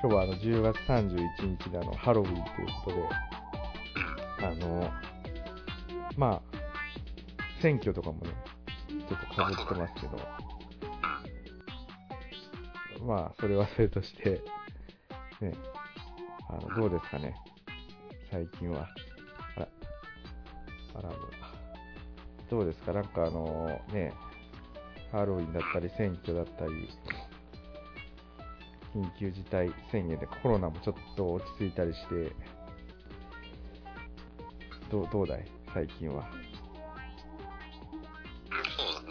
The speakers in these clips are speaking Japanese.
今日は10月31日でハロウィンということで、まあ、選挙とかもね、ちょっと被ってますけど、まあ、それはそれとして、ね、どうですかね、最近は。どうですか、なんかね、ハロウィンだったり、選挙だったり、緊急事態宣言でコロナもちょっと落ち着いたりして、どうだい、最近は。 そうだね。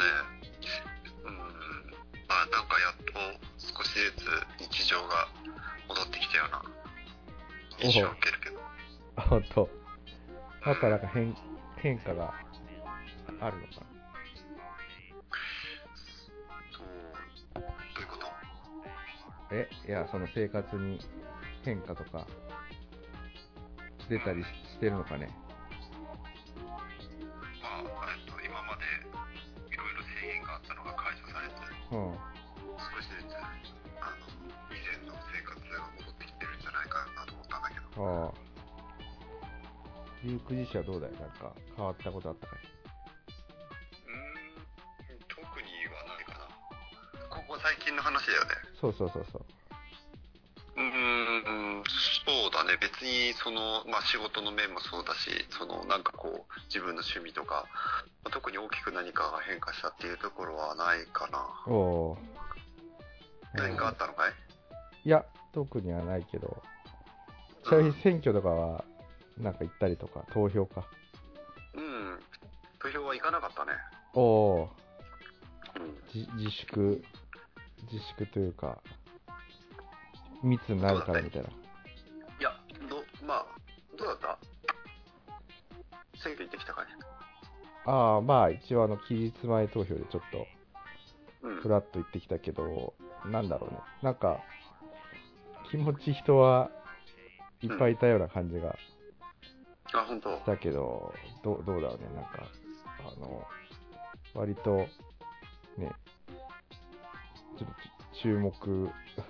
まあなんかやっと少しずつ日常が戻ってきたような印象を受けるけど。 あ、ほんと。やっぱなんか変化があるのかな。 どういうこと？ いや、その生活に変化とか出たりしてるのかね。 まあ、今までいろいろ制限があったのが解除されて、少しずつ以前の生活が戻ってきてるんじゃないかなと思ったんだけど。 リュウク自身はどうだよ、なんか変わったことあったかい？ 特にはないかな。ここ最近の話だよね。 そう。 そうだね。別にまあ仕事の面もそうだし、なんかこう自分の趣味とか、特に大きく何かが変化したっていうところはないかな。何かあったのかい？ いや、特にはないけど、ちなみに選挙とかはなんか行ったりとか、投票か。 投票は行かなかったね。 自粛というか、密になるからみたいな。 いや、まあ、どうだった？選挙行ってきたかい？ まあ一応期日前投票でちょっとフラッと行ってきたけど、なんだろうね、なんか気持ち人はいっぱいいたような感じがしたけど、どうだろうね、なんか割とね、ちょっと注目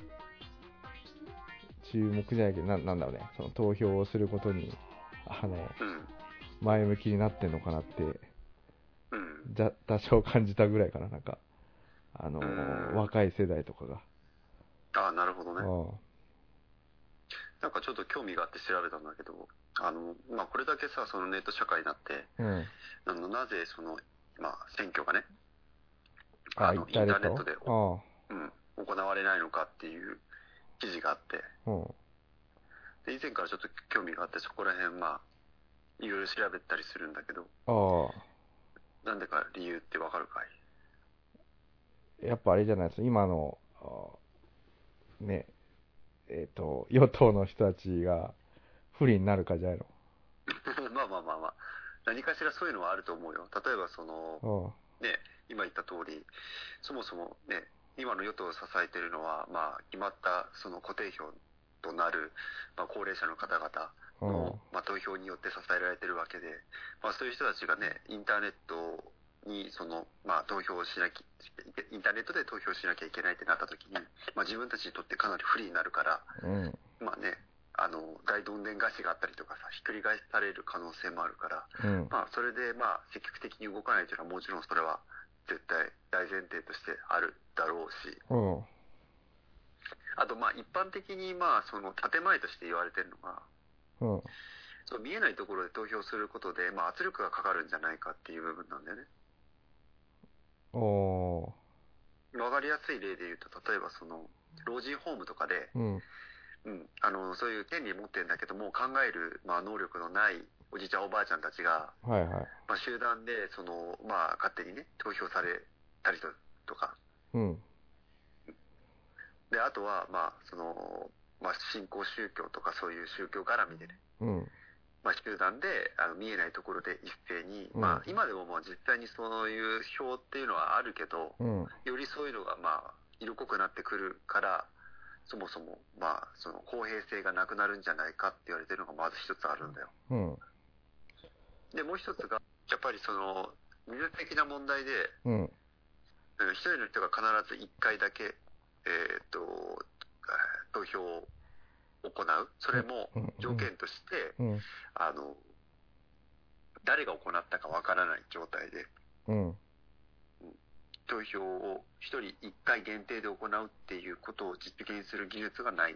じゃないけど、なんだろうね、その投票をすることに前向きになってんのかなって、多少感じたぐらいかな、なんか若い世代とかが。 なるほどね。なんかちょっと興味があって調べたんだけど、まあこれだけさ、ネット社会になって、なぜまあ選挙がね、インターネットで行われないのかっていう記事があって、で以前からちょっと興味があって、そこら辺まあいろいろ調べたりするんだけど、なんでか理由ってわかるかい？ やっぱあれじゃないですか、今のね、与党の人たちが不利になるかじゃないの？ まあ何かしらそういうのはあると思うよ。例えばね、今言った通り、そもそもね、今の与党を支えているのは、まあ決まった固定票となる、まあ、高齢者の方々の、まあ、投票によって支えられているわけで、まあ、そういう人たちがね、インターネットにまあ、投票しなきゃ、インターネットで投票しなきゃいけないってなった時に、まあ、自分たちにとってかなり不利になるから、まあね、大どんでん返しがあったりとかさ、ひっくり返される可能性もあるから、まあそれでまあ積極的に動かないというのはもちろんそれは絶対大前提としてあるだろうし、あとまあ一般的にまあ建前として言われてるのが、見えないところで投票することで、まあ、圧力がかかるんじゃないかっていう部分なんだよね。わかりやすい例で言うと、例えば老人ホームとかで、そういう権利持ってるんだけども考える、まあ、能力のないおじいちゃんおばあちゃんたちが、まあ、集団でまあ、勝手にね投票されたりとか、であとは、まあまあ、新興宗教とかそういう宗教絡みでね、まあ、集団で見えないところで一斉に、まあ、今でももう実際にそういう票っていうのはあるけど、よりそういうのがまあ色濃くなってくるから、そもそもまあ公平性がなくなるんじゃないかって言われてるのがまず一つあるんだよ。でもう一つがやっぱり技術的な問題で、一人の人が必ず1回だけ投票行う。それも条件として、誰が行ったかわからない状態で、投票を1人1回限定で行うっていうことを実現する技術がない。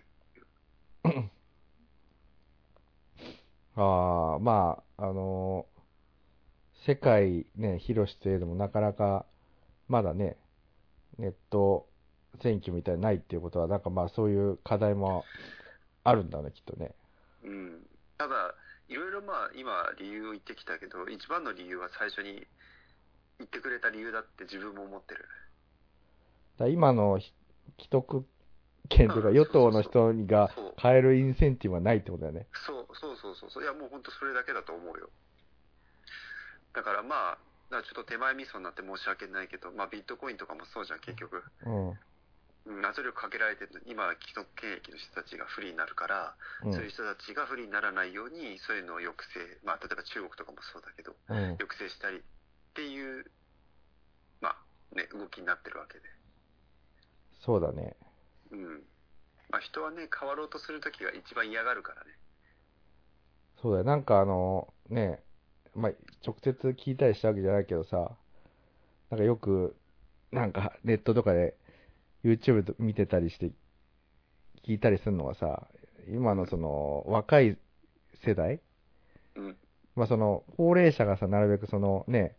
まあ、世界ね、広しといえどもなかなかまだね、ネット選挙みたいにないっていうことは、なんかまあそういう課題もあるんだね、きっとね。 ただ、いろいろまあ今理由を言ってきたけど、一番の理由は最初に言ってくれた理由だって自分も思ってる。 今の既得権というか与党の人が変えるインセンティブはないってことだよね。 そう。いやもう本当それだけだと思うよ。だからまあ、ちょっと手前味噌になって申し訳ないけど、まあビットコインとかもそうじゃん、結局。圧力かけられてるの、今既得権益の人たちが不利になるから、そういう人たちが不利にならないように、そういうのを抑制、まあ例えば中国とかもそうだけど、抑制したりっていう、まあね、動きになってるわけで。 そうだね。 まあ人はね、変わろうとするときが一番嫌がるからね。 そうだよ。なんかね、まあ直接聞いたりしたわけじゃないけどさ、なんかよく、なんかネットとかで YouTube 見てたりして聞いたりするのはさ、今のその若い世代、まあその高齢者がさ、なるべくそのね、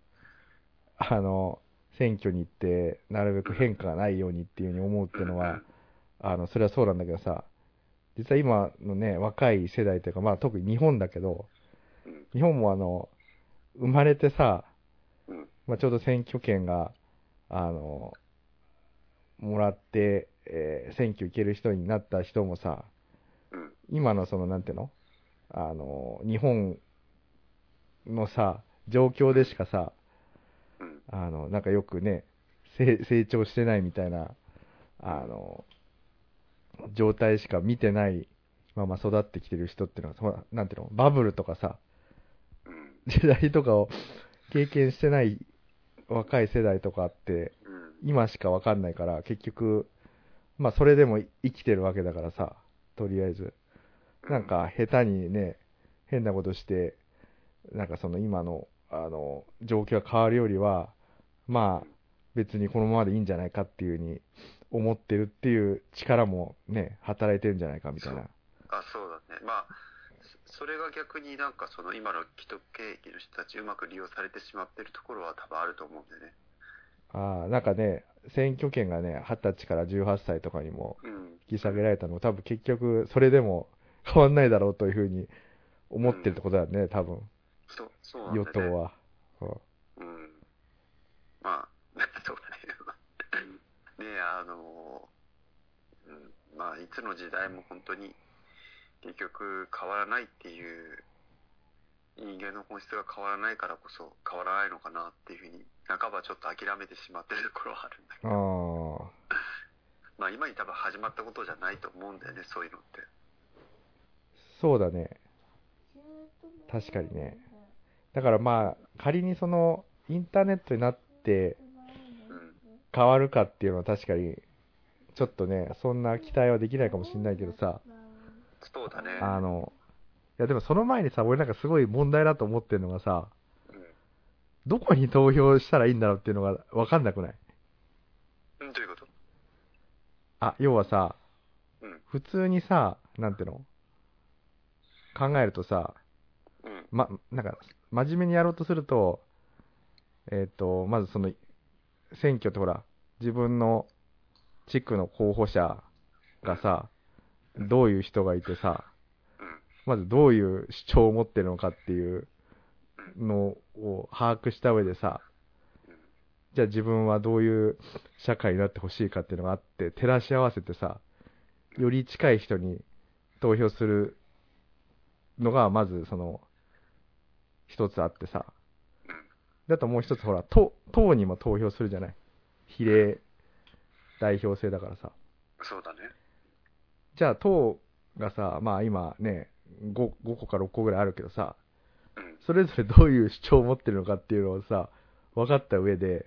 選挙に行ってなるべく変化がないようにっていうふうに思うっていうのは、それはそうなんだけどさ、実は今のね、若い世代というか、まあ特に日本だけど、日本も生まれてさ、まあちょうど選挙権が、もらって、選挙行ける人になった人もさ、今のその、なんていうの日本のさ、状況でしかさ、なんかよくね、成長してないみたいな、状態しか見てないまま育ってきてる人っていうのは、なんていうの、バブルとかさ、時代とかを経験してない若い世代とかって、今しかわかんないから、結局、まあそれでも生きてるわけだからさ、とりあえず。なんか下手にね、変なことして、なんかその今の、状況が変わるよりは、まあ別にこのままでいいんじゃないかっていう風に思ってるっていう力もね、働いてるんじゃないかみたいな。 そうだね。まあ、それが逆になんかその今の既得権益の人たちうまく利用されてしまってるところは多分あると思うんでね。 なんかね、選挙権がね、20歳から18歳とかにも引き下げられたのも、多分結局それでも変わんないだろうというふうに思ってるってことだよね、多分。 そうなんだね。 与党は。 まあ、そうだね。ね、まあ、いつの時代も本当に結局変わらないっていう人間の本質が変わらないからこそ変わらないのかなっていうふうに半ばちょっと諦めてしまってるところはあるんだけど、まあ今に多分始まったことじゃないと思うんだよね、そういうのって。 そうだね、確かにね。だからまあ仮にそのインターネットになって変わるかっていうのは確かにちょっとね、そんな期待はできないかもしれないけどさ、 そうだね。 いやでもその前にさ、俺なんかすごい問題だと思ってるのがさ、どこに投票したらいいんだろうっていうのが分かんなくない？ どういうこと？ 要はさ、普通にさ、なんていうの考えるとさ、なんか真面目にやろうとすると、まずその選挙ってほら、自分の地区の候補者がさ、どういう人がいてさ、まずどういう主張を持ってるのかっていうのを把握した上でさ、じゃあ自分はどういう社会になってほしいかっていうのがあって、照らし合わせてさ、より近い人に投票するのがまずその一つあってさ、だともう一つほら、党にも投票するじゃない。比例代表制だからさ。 そうだね。 じゃあ党がさ、まあ今ね、5個か6個ぐらいあるけどさ、それぞれどういう主張を持ってるのかっていうのをさ、分かった上で、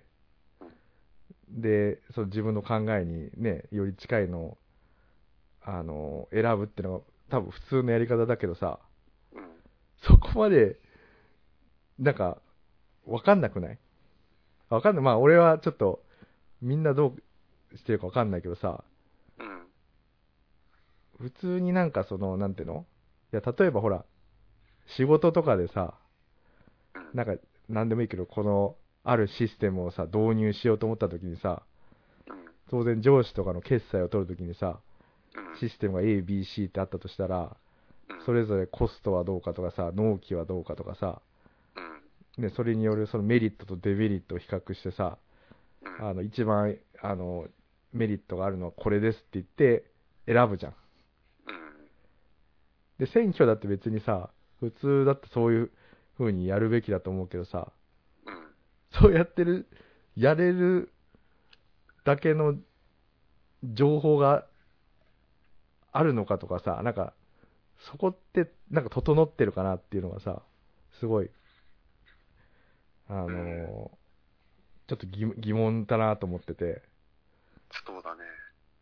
その自分の考えにね、より近いのを、選ぶっていうのが多分普通のやり方だけどさ、 うん。 そこまで、なんか、わかんなくない？わかんない。まあ俺はちょっと、みんなどうしてるかわかんないけどさ、 うん。 普通になんかその、なんていうの？いや、例えばほら、仕事とかでさ、 うん。 なんか、なんでもいいけど、この、あるシステムをさ、導入しようと思った時にさ、 うん。 当然上司とかの決済を取るときにさ、 うん。 システムが A、B、C ってあったとしたら、 うん。 それぞれコストはどうかとかさ、納期はどうかとかさ、 うん。 ね、それによるそのメリットとデメリットを比較してさ、 うん。 一番、メリットがあるのはこれですって言って選ぶじゃん。 うん。 で、選挙だって別にさ、普通だってそういう風にやるべきだと思うけどさ、 うん。 そうやってる、やれるだけの情報があるのかとかさ、なんか、そこってなんか整ってるかなっていうのがさ、すごい、あうん。 のちょっと疑問だなと思ってて、 そうだね。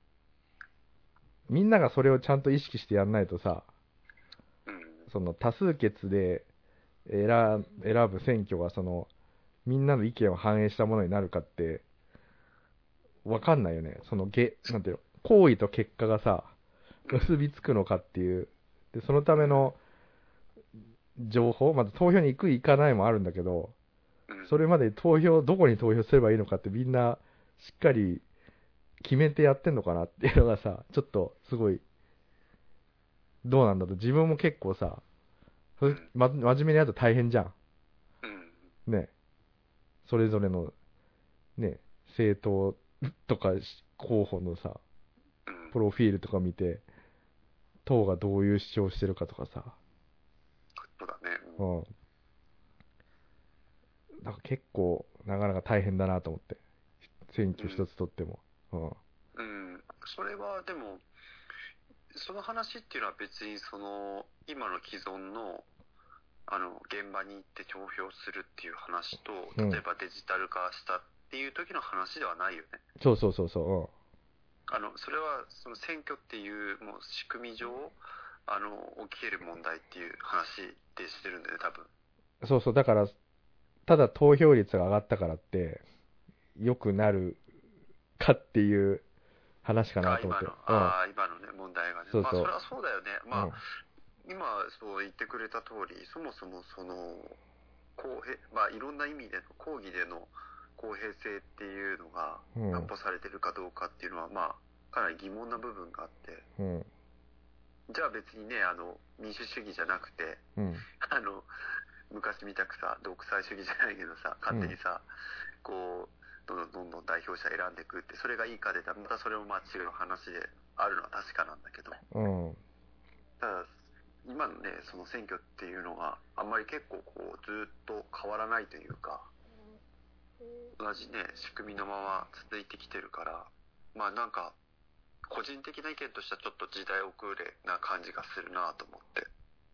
みんながそれをちゃんと意識してやんないとさ、 うん。 その多数決で選ぶ選挙がその、みんなの意見を反映したものになるかって、わかんないよね。そのなんていうの、行為と結果がさ、 うん。 結びつくのかっていう。で、そのための情報、まず投票に行く行かないもあるんだけど、 うん。 それまでどこに投票すればいいのかってみんなしっかり決めてやってんのかなっていうのがさ、ちょっとすごい、どうなんだと、自分も結構さ、 うん。 真面目にやると大変じゃん。 うん。 ね。それぞれの、ね、政党とか候補のさ、 うん。 プロフィールとか見て、党がどういう主張してるかとかさ、 そうだね。 うん。なんか結構、なかなか大変だなと思って。選うん。うん。 挙一つとっても。うん。 うん。それはでも、その話っていうのは別にその、今の既存の、現場に行って投票するっていう話と、 うん。 例えばデジタル化したっていう時の話ではないよね。 そうそうそうそそれは、その選挙っていうもう仕組み上、起き得る問題っていう話でしてるんだよね、多分。 うん。そうそう。だから、ただ投票率が上がったからって、良くなるかっていう話かなと思って。うん。 今のね、問題がね。まあ、そそうそれはそうだよね。 う。うまあ、 ん。 今そう言ってくれた通り、そもそもその、まあ、いろんな意味での、講義での公平性っていうのがうん。 担保されてるかどうかっていうのは、まあ、かなり疑問な部分があって、 うん。 じゃあ別にね、民主主義じゃなくて、 うん。 あの、昔みたくさ、独裁主義じゃないけどさ、勝手にさ、こう、どんどん代表者選んでいくって、それがいいかでまたそれもまあ違う話であるのは確かなんだけど、 うん。 ただ、今のね、その選挙っていうのがあんまり結構こうずっと変わらないというか、同じね、仕組みのまま続いてきてるから、まあなんか、個人的な意見としてはちょっと時代遅れな感じがするなと思って。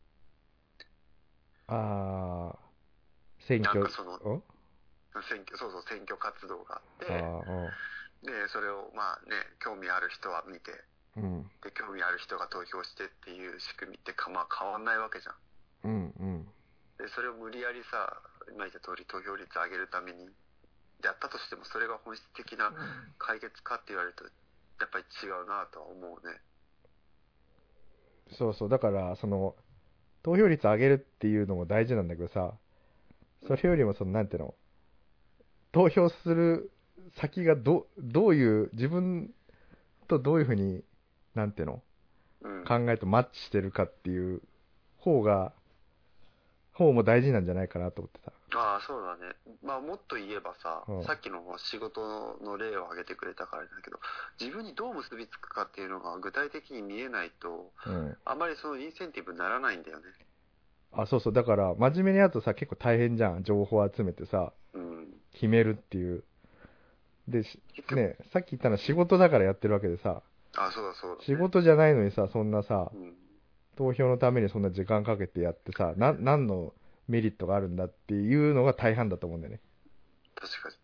ああ、選挙、 なんかその、 んそうそう、選挙活動があって、 ああ、 で、それをまあね、興味ある人は見て、 うん。 で、興味ある人が投票してっていう仕組みってまあ変わんないわけじゃん。 うん。うん。 で、それを無理やりさ、今言った通り投票率上げるためにやったとしても、それが本質的な解決かって言われると、やっぱり違うなとは思うね。 そうそう。だから、その、投票率上げるっていうのも大事なんだけどさ、 うん。 それよりもその、なんていうの、投票する先がどういう、自分とどういうふうに、なんていうの、 うん。 考えとマッチしてるかっていう方が、方も大事なんじゃないかなと思ってた。 ああ、そうだね。まあもっと言えばさ、 うん。 さっきの仕事の例を挙げてくれたからだけど、自分にどう結びつくかっていうのが具体的に見えないと、 うん。 あんまりそのインセンティブにならないんだよね。 あ、そうそう。だから、真面目にやるとさ、結構大変じゃん。情報集めてさ、 うん。 決めるっていう。で、 結局、 ね、さっき言ったのは仕事だからやってるわけでさ、 あ、そうだそうだね。 仕事じゃないのにさ、そんなさ、 うん。 投票のためにそんな時間かけてやってさ、何のメリットがあるんだっていうのが大半だと思うんだよね。 確かに。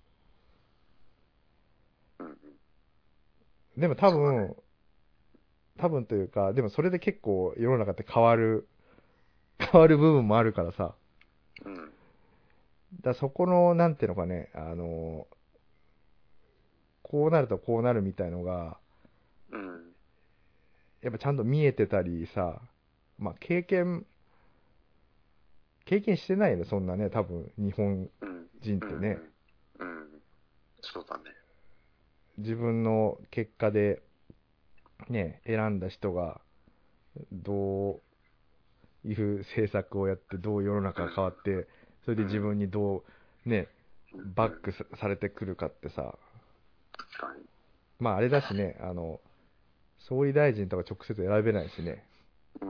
うんうん。 でも多そうだね。 分、 多分というか、でもそれで結構世の中って変わる部分もあるからさ。 うん。 だそこの、なんていうのかね、こうなるとこうなるみたいのが、 うん。 やっぱちゃんと見えてたりさ、まあ経験してないよね、そんなね、多分、日本うん。 人っうん。 てね。 うん。そうだね。 自分の結果で、ね、選んだ人が、どういう政策をやって、どう世の中が変わって、それで自分にどう、ね、バックされてくるかってさ、 確かに。 まああれだしね、総理大臣とか直接選べないしね、 うん。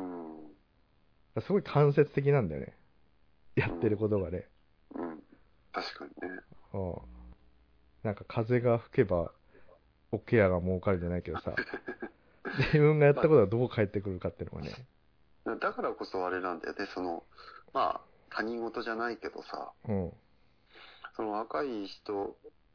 すごい間接的なんだよね、やうん。 ってることがね。 うん。確かにね。 うん。なんか風が吹けば、桶屋が儲かるじゃないけどさ、自分がやったことがどう返ってくるかっていうのがね。 だからこそあれなんだよね、まあ、他人事じゃないけどさ、 うん。 その若い人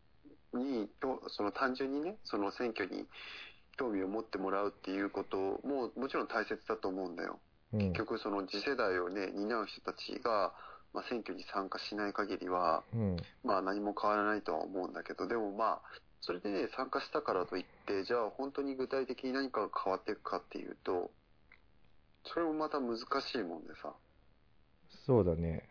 単純にね、その選挙に興味を持ってもらうっていうことももちろん大切だと思うんだよ。 うん。 結局その次世代をね、担う人たちが、まあ、選挙に参加しない限りは、 うん。 まあ何も変わらないとは思うんだけど、でもまあ、それでね、参加したからといって、じゃあ本当に具体的に何かが変わっていくかっていうと、それもまた難しいもんでさ。 そうだね。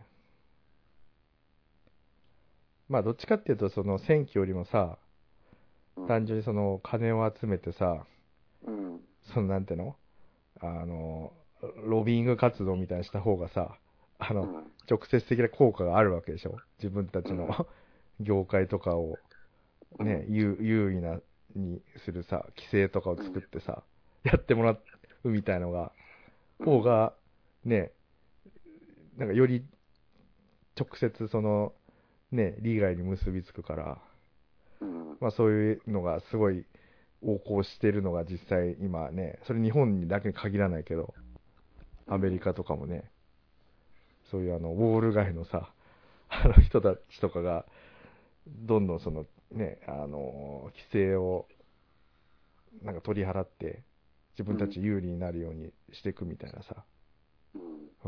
まあどっちかっていうと、その選挙よりもさ、 うん。 単純にその金を集めてさ、 うん。 そのなんていうのあの、ロビーイング活動みたいにした方がさ、 うん。 直接的な効果があるわけでしょ。自分たちのうん。 業界とかをうん。 ね、優位な、にするさ、規制とかをうん。 作ってさ、やってもらうみたいのが、 うん。 方が、ね、なんかより直接その、ね、利害に結びつくから、 うん。 まあそういうのがすごい横行してるのが実際今ね、それ日本にだけに限らないけど、アメリカとかもね、そういうウォール街のさ、人たちとかが、どんどんそのね、規制をなんか取り払って、自分たうん。 ち有利になるようにしていくみたいなさ。 うん。 うん。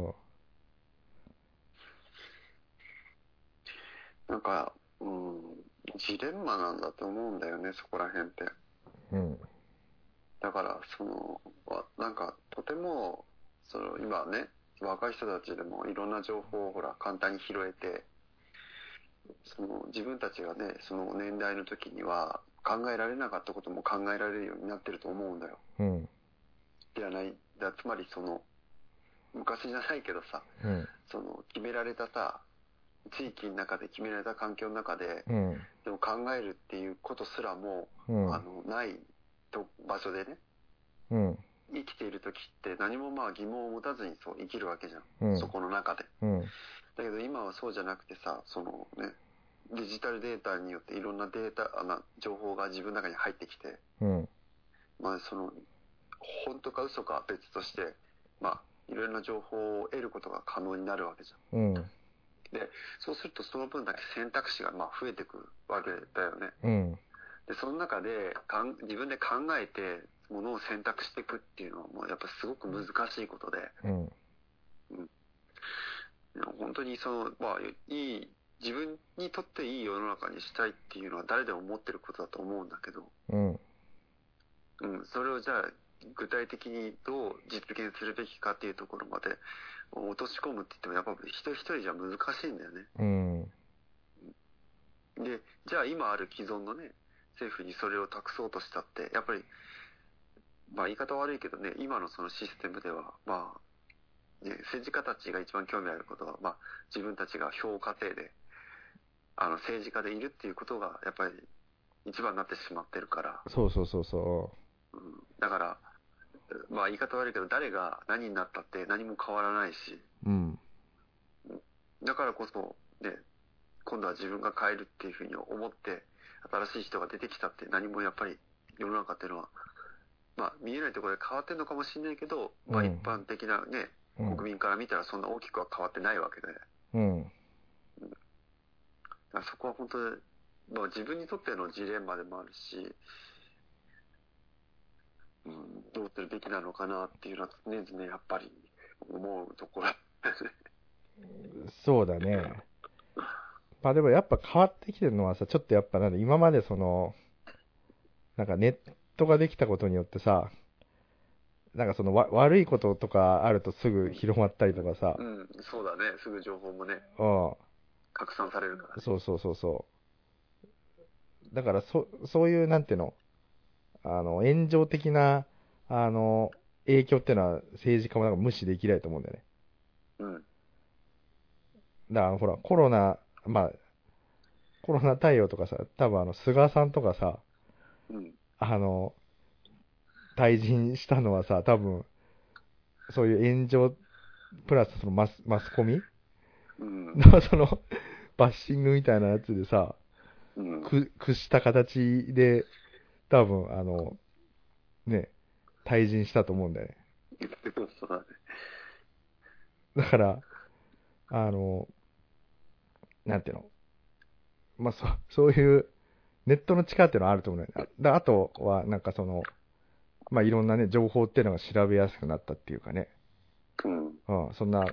なんか、うん、ジレンマなんだと思うんだよね、そこら辺って。 うん。 だから、なんか、とても、今ね、若い人たちでもいろんな情報をほら、簡単に拾えて、自分たちがね、その年代の時には考えられなかったことも考えられるようになってると思うんだよ。 うん。 つまり昔じゃないけどさ、 うん。 決められたさ、地域の中で決められた環境の中で、 うん。 でも考えるっていうことすらも、 うん。 ない場所でね、 うん。 生きている時って何もまあ疑問を持たずにそう生きるわけじゃん。 うん。 そこの中で。 うん。 だけど今はそうじゃなくてさ、デジタルデータによっていろんな情報が自分の中に入ってきて、 うん。 まあ本当か嘘かは別として、まあいろいろな情報を得ることが可能になるわけじゃん。 うん。 で、そうするとその分だけ選択肢がまあ増えてくわけだよね。 うん。 で、その中で自分で考えてものを選択していくっていうのはもうやっぱすごく難しいことで、 うん。 うん、本当にまあ自分にとっていい世の中にしたいっていうのは誰でも思ってることだと思うんだけど、 うん。 それをじゃあ具体的にどう実現するべきかっていうところまで落とし込むって言ってもやっぱ一人一人じゃ難しいんだよね。 うん。 で、じゃあ今ある既存のね、政府にそれを託そうとしたって、やっぱり、まあ言い方悪いけどね、今のそのシステムでは、まあ、ね、政治家たちが一番興味あることは、まあ自分たちが票を稼いで、政治家でいるっていうことが、やっぱり一番になってしまってるから。 そうそうそうそだから、まあ言い方悪いけど、誰が何になったって何も変わらないし、 う。うん。 だからこそ、ね、今度は自分が変えるっていうふうに思って、新しい人が出てきたって何もやっぱり世の中っていうのは、まあ見えないところで変わってるのかもしれないけど、まあ一般的なね、国民から見たらそんな大きくは変わってないわけで。 うん。 そこは本当に、まあ自分にとってのジレンマでもあるし、 どうするべきなのかなっていうのは常々やっぱり思うところですね。 そうだね。まあでもやっぱ変わってきてるのはさ、ちょっとやっぱ今までなんかネットができたことによってさ、なんか悪いこととかあるとすぐ広まったりとかさ。 うん、そうだね。すぐ情報もね、 う拡散されるから、ね。 そうそうそうそう。だからそういう、なんていうの、炎上的な、影響っていうのは政治家もなんか無視できないと思うんだよね。 うん。 だからほら、まあ、コロナ対応とかさ、多分菅さんとかさ、 うん。 退陣したのはさ、多分、そういう炎上、プラスマスコミうんのバッシングみたいなやつでさ、 うん、 屈した形で、多分、ね、退陣したと思うんだよね。 そうだね。 だから、なんていうの、まあ、そういうネットの力っていうのはあると思うね。あとは、なんかまあ、いろんなね、情報っていうのが調べやすくなったっていうかね。 うん。 うん、そんな、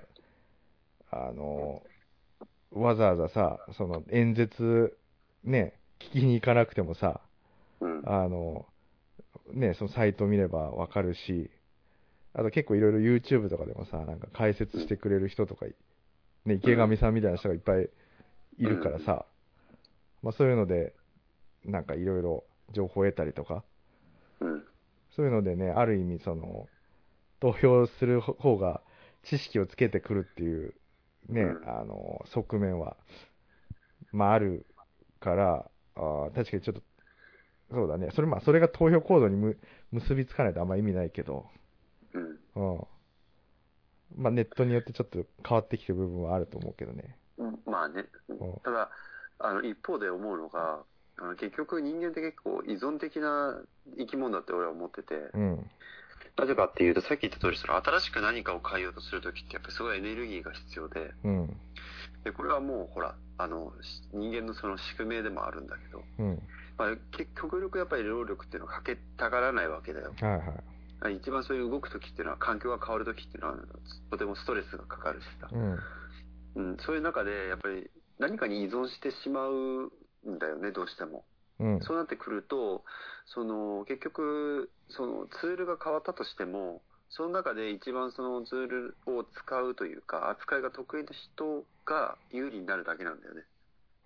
わざわざさ、演説、ね、聞きに行かなくてもさ、 うん。 ね、そのサイト見ればわかるし、あと結構いろいろ YouTube とかでもさ、なんか解説してくれる人とか、ね、池上さんみたいな人がいっぱいいるからさ、まあそういうので、なんかいろいろ情報を得たりとか、 うん。 そういうのでね、ある意味投票する方が知識をつけてくるっていうね、 うん。 側面は、まああるから、確かにちょっと、そうだね、まあそれが投票行動に結びつかないとあんま意味ないけど、 うん。 うん。まあネットによってちょっと変わってきてる部分はあると思うけどね。 まあね。 うん。 ただ、一方で思うのが、結局人間って結構依存的な生き物だって俺は思ってて、 うん。 なぜかっていうと、さっき言った通り、新しく何かを変えようとするときってやっぱりすごいエネルギーが必要で、 うん。 で、これはもうほら、人間のその宿命でもあるんだけど、 うん。 まあ、極力やっぱり労力っていうのはかけたがらないわけだよ。 はいはい。 一番そういう動くときっていうのは、環境が変わるときっていうのは、とてもストレスがかかるしさ。 うん。 うん、そういう中で、やっぱり何かに依存してしまうんだよね、どうしても。 うん。 そうなってくると、結局、ツールが変わったとしても、その中で一番そのツールを使うというか、扱いが得意な人が有利になるだけなんだよね。 うん。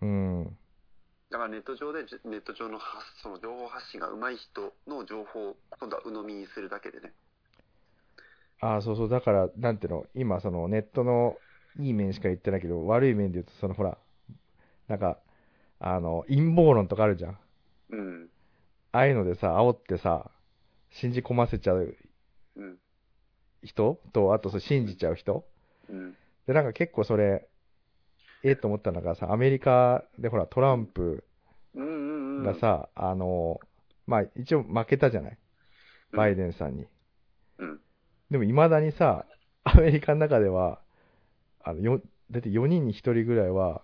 だからネット上のその情報発信が上手い人の情報を今度は鵜呑みにするだけでね。 ああ、そうそう。だから、なんていうの、今ネットのいい面しか言ってないけど、悪い面で言うと、ほら、なんか、陰謀論とかあるじゃん。 うん。 ああいうのでさ、煽ってさ、信じ込ませちゃううん。 人と、あと信じちゃう人。 うん。 で、なんか結構それ、と思ったのがさ、アメリカでほら、トランプうんうんうん。 がさ、まあ一応負けたじゃない。バイデンさんに。 うん。 でも未だにさ、アメリカの中では、だって4人に1人ぐらいは、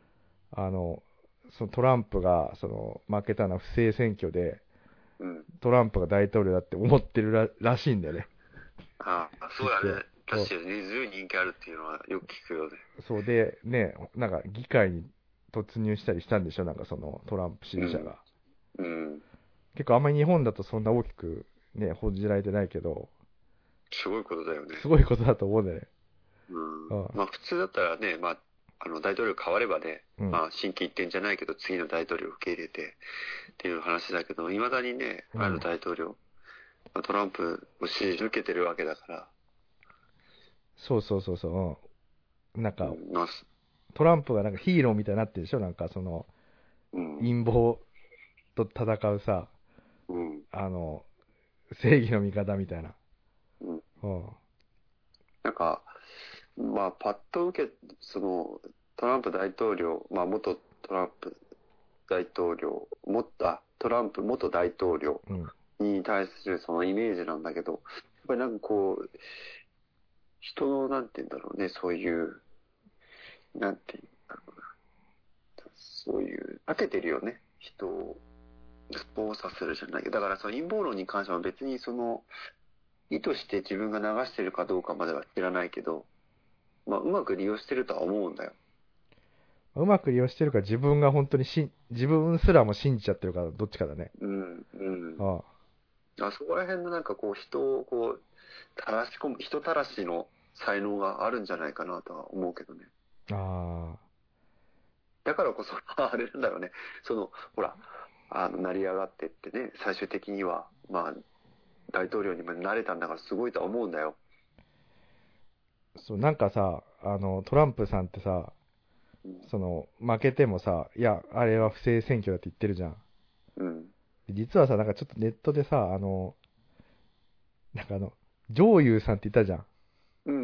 そのトランプが、負けたのは不正選挙で、 うん。 トランプが大統領だって思ってるらしいんだよね。 ああ、そうだね。 そう確かに根強い人気あるっていうのはよく聞くよね。 そうで、ね、なんか議会に突入したりしたんでしょ、なんかトランプ支持者が。 うん。 結構あんまり日本だとそんな大きくね、報じられてないけど、 すごいことだよね。 すごいことだと思うんだよね。 うん。 うん。 まあ普通だったらね、まあ、大統領変わればね、 うん。 まあ、心機一転じゃないけど、次の大統領を受け入れてっていう話だけど、未だにね、ある大統領、まあ、トランプを支持受けてるわけだから。 そうそうそうそう。なんか、 まあ、 トランプがなんかヒーローみたいになってるでしょ、なんかうん。 陰謀と戦うさ、 うん。 正義の味方みたいな。 うん。 うん。 なんか、まあ、パッとトランプ大統領、まあ、元トランプ大統領、トランプ元大統領に対するそのイメージなんだけど、やっぱりなんかこう、人の、なんて言うんだろうね、そういう、なんて言うんだろうな、そういう、避けてるよね、人を操作するじゃないけど、だからその陰謀論に関しては別に意図して自分が流してるかどうかまでは知らないけど、まあ、うまく利用してるとは思うんだよ。 うまく利用してるか、自分が本当に自分すらも信じちゃってるか、どっちかだね。 うん、うん。 あそこら辺のなんかこう人をこう、人たらしの才能があるんじゃないかなとは思うけどね。 あ。 だからこそ、あれなんだろうね。ほら、成り上がってってね、最終的には、まあ、大統領にまでなれたんだからすごいとは思うんだよ。 そう、なんかさ、トランプさんってさ、 うん。 負けてもさ、いや、あれは不正選挙だって言ってるじゃん。 うん。 実はさ、なんかちょっとネットでさ、なんか上優さんって言ったじゃん。 うん。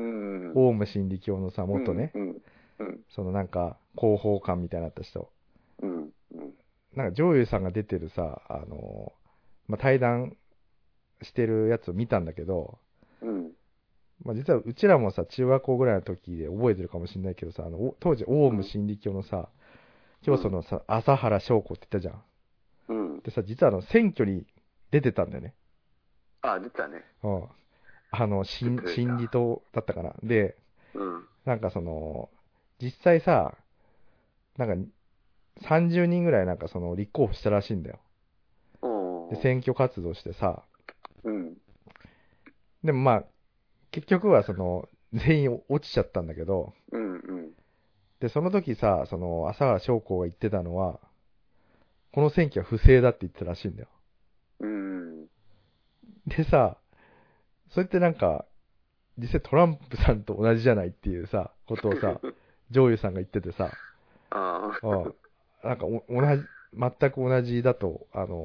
うん。 オウム真理教のさ、 うん。 元ね、 うん。うん。 なんか、広報官みたいになった人。 うん。うん。 なんか上優さんが出てるさ、まあ、対談してるやつを見たんだけど、 うん。 まあ、実はうちらもさ、中学校ぐらいの時で覚えてるかもしれないけどさ、当時、オウム真理教のさ、教祖のさ、朝原将子って言ったじゃん。 うん。 でさ、実は選挙に出てたんだよね。 出たね。 うん。 出た。 心理党だったかな。で、 うん。 なんか実際さ、なんか30人ぐらいなんか立候補したらしいんだよ。で、 おー。 選挙活動してさ、 うん。 でもまあ、結局は全員落ちちゃったんだけど、 うん。うん。 で、その時さ、朝原将子が言ってたのは、この選挙は不正だって言ってたらしいんだよ。 うん。 でさ、それってなんか、実際トランプさんと同じじゃないっていうさ、ことをさ、ジョーユさんが言っててさ、 ああ。 うん、なんか全く同じだと、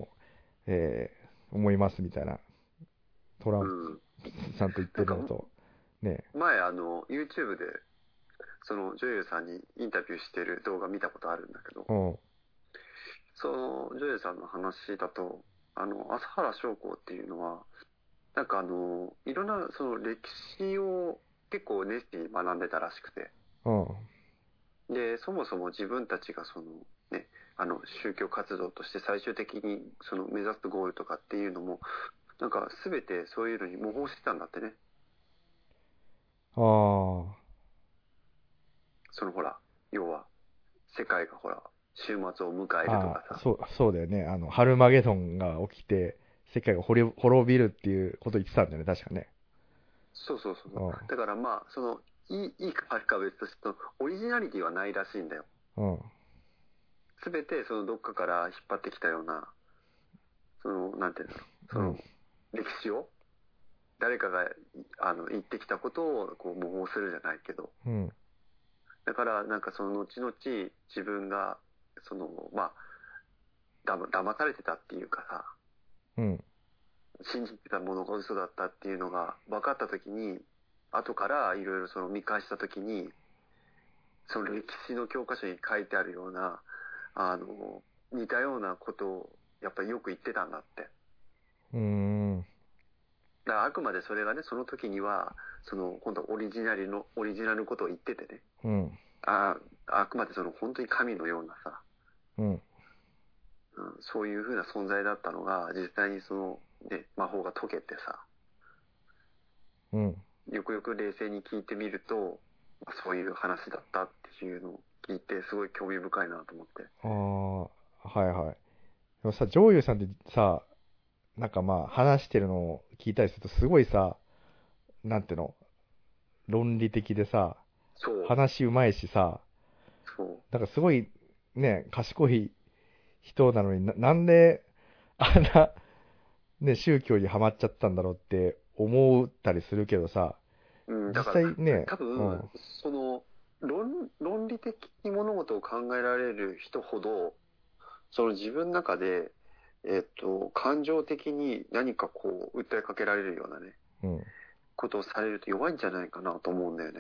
思いますみたいな、トランうん。 プさんと言ってなんか、 るのと、ね、 前YouTube で、その女優さんにインタビューしてる動画見たことあるんだけど、 うん、 その女優さんの話だと、朝原将子っていうのは、なんかいろんなその歴史を結構熱心に学んでたらしくて、 うん、 で、そもそも自分たちがね、宗教活動として最終的に目指すゴールとかっていうのも、なんか全てそういうのに模倣してたんだってね。 ああ、 ほら、要は、世界がほら、週末を迎えるとかさ。 そうだよね。ハルマゲドンが起きて、世界が滅びるっていうことを言ってたんだよね、確かね。 そうそうそう。 うん、 だからまあ、いいか悪いかは別として、オリジナリティはないらしいんだよ。 うん、 すべてどっかから引っ張ってきたような、なんていうんだろう、 うん、 歴史を、誰かが、言ってきたことをこう模倣するじゃないけど、 うん、 だからなんか後々自分が、まあ、騙されてたっていうかさ、 うん、 信じてたものが嘘だったっていうのが分かった時に、後からいろいろ見返した時に、歴史の教科書に書いてあるような、似たようなことをやっぱりよく言ってたんだって。 うーん、 だからあくまでそれがね、その時には、今度オリジナルのことを言っててね。 うん、 あくまで本当に神のようなさ、 うん、 そういう風な存在だったのが、実際にね、魔法が解けてさ、 うん。 よくよく冷静に聞いてみると、そういう話だったっていうのを聞いて、すごい興味深いなと思って。 ああ、はいはい。でもさ、ジョーユさんってさ、なんかまあ話してるのを聞いたりするとすごいさ、なんていうの、論理的でさ、 そう。 話うまいしさ、 そう。 なんかすごいね、賢い人なのになんであんな、ね、宗教にはまっちゃったんだろうって思ったりするけどさ、 うん、だ実から際ね、 多分、 うん、 論理的に物事を考えられる人ほど、自分の中で、感情的に何かこう、訴えかけられるようなね、 うん。 ことをされると弱いんじゃないかなと思うんだよね。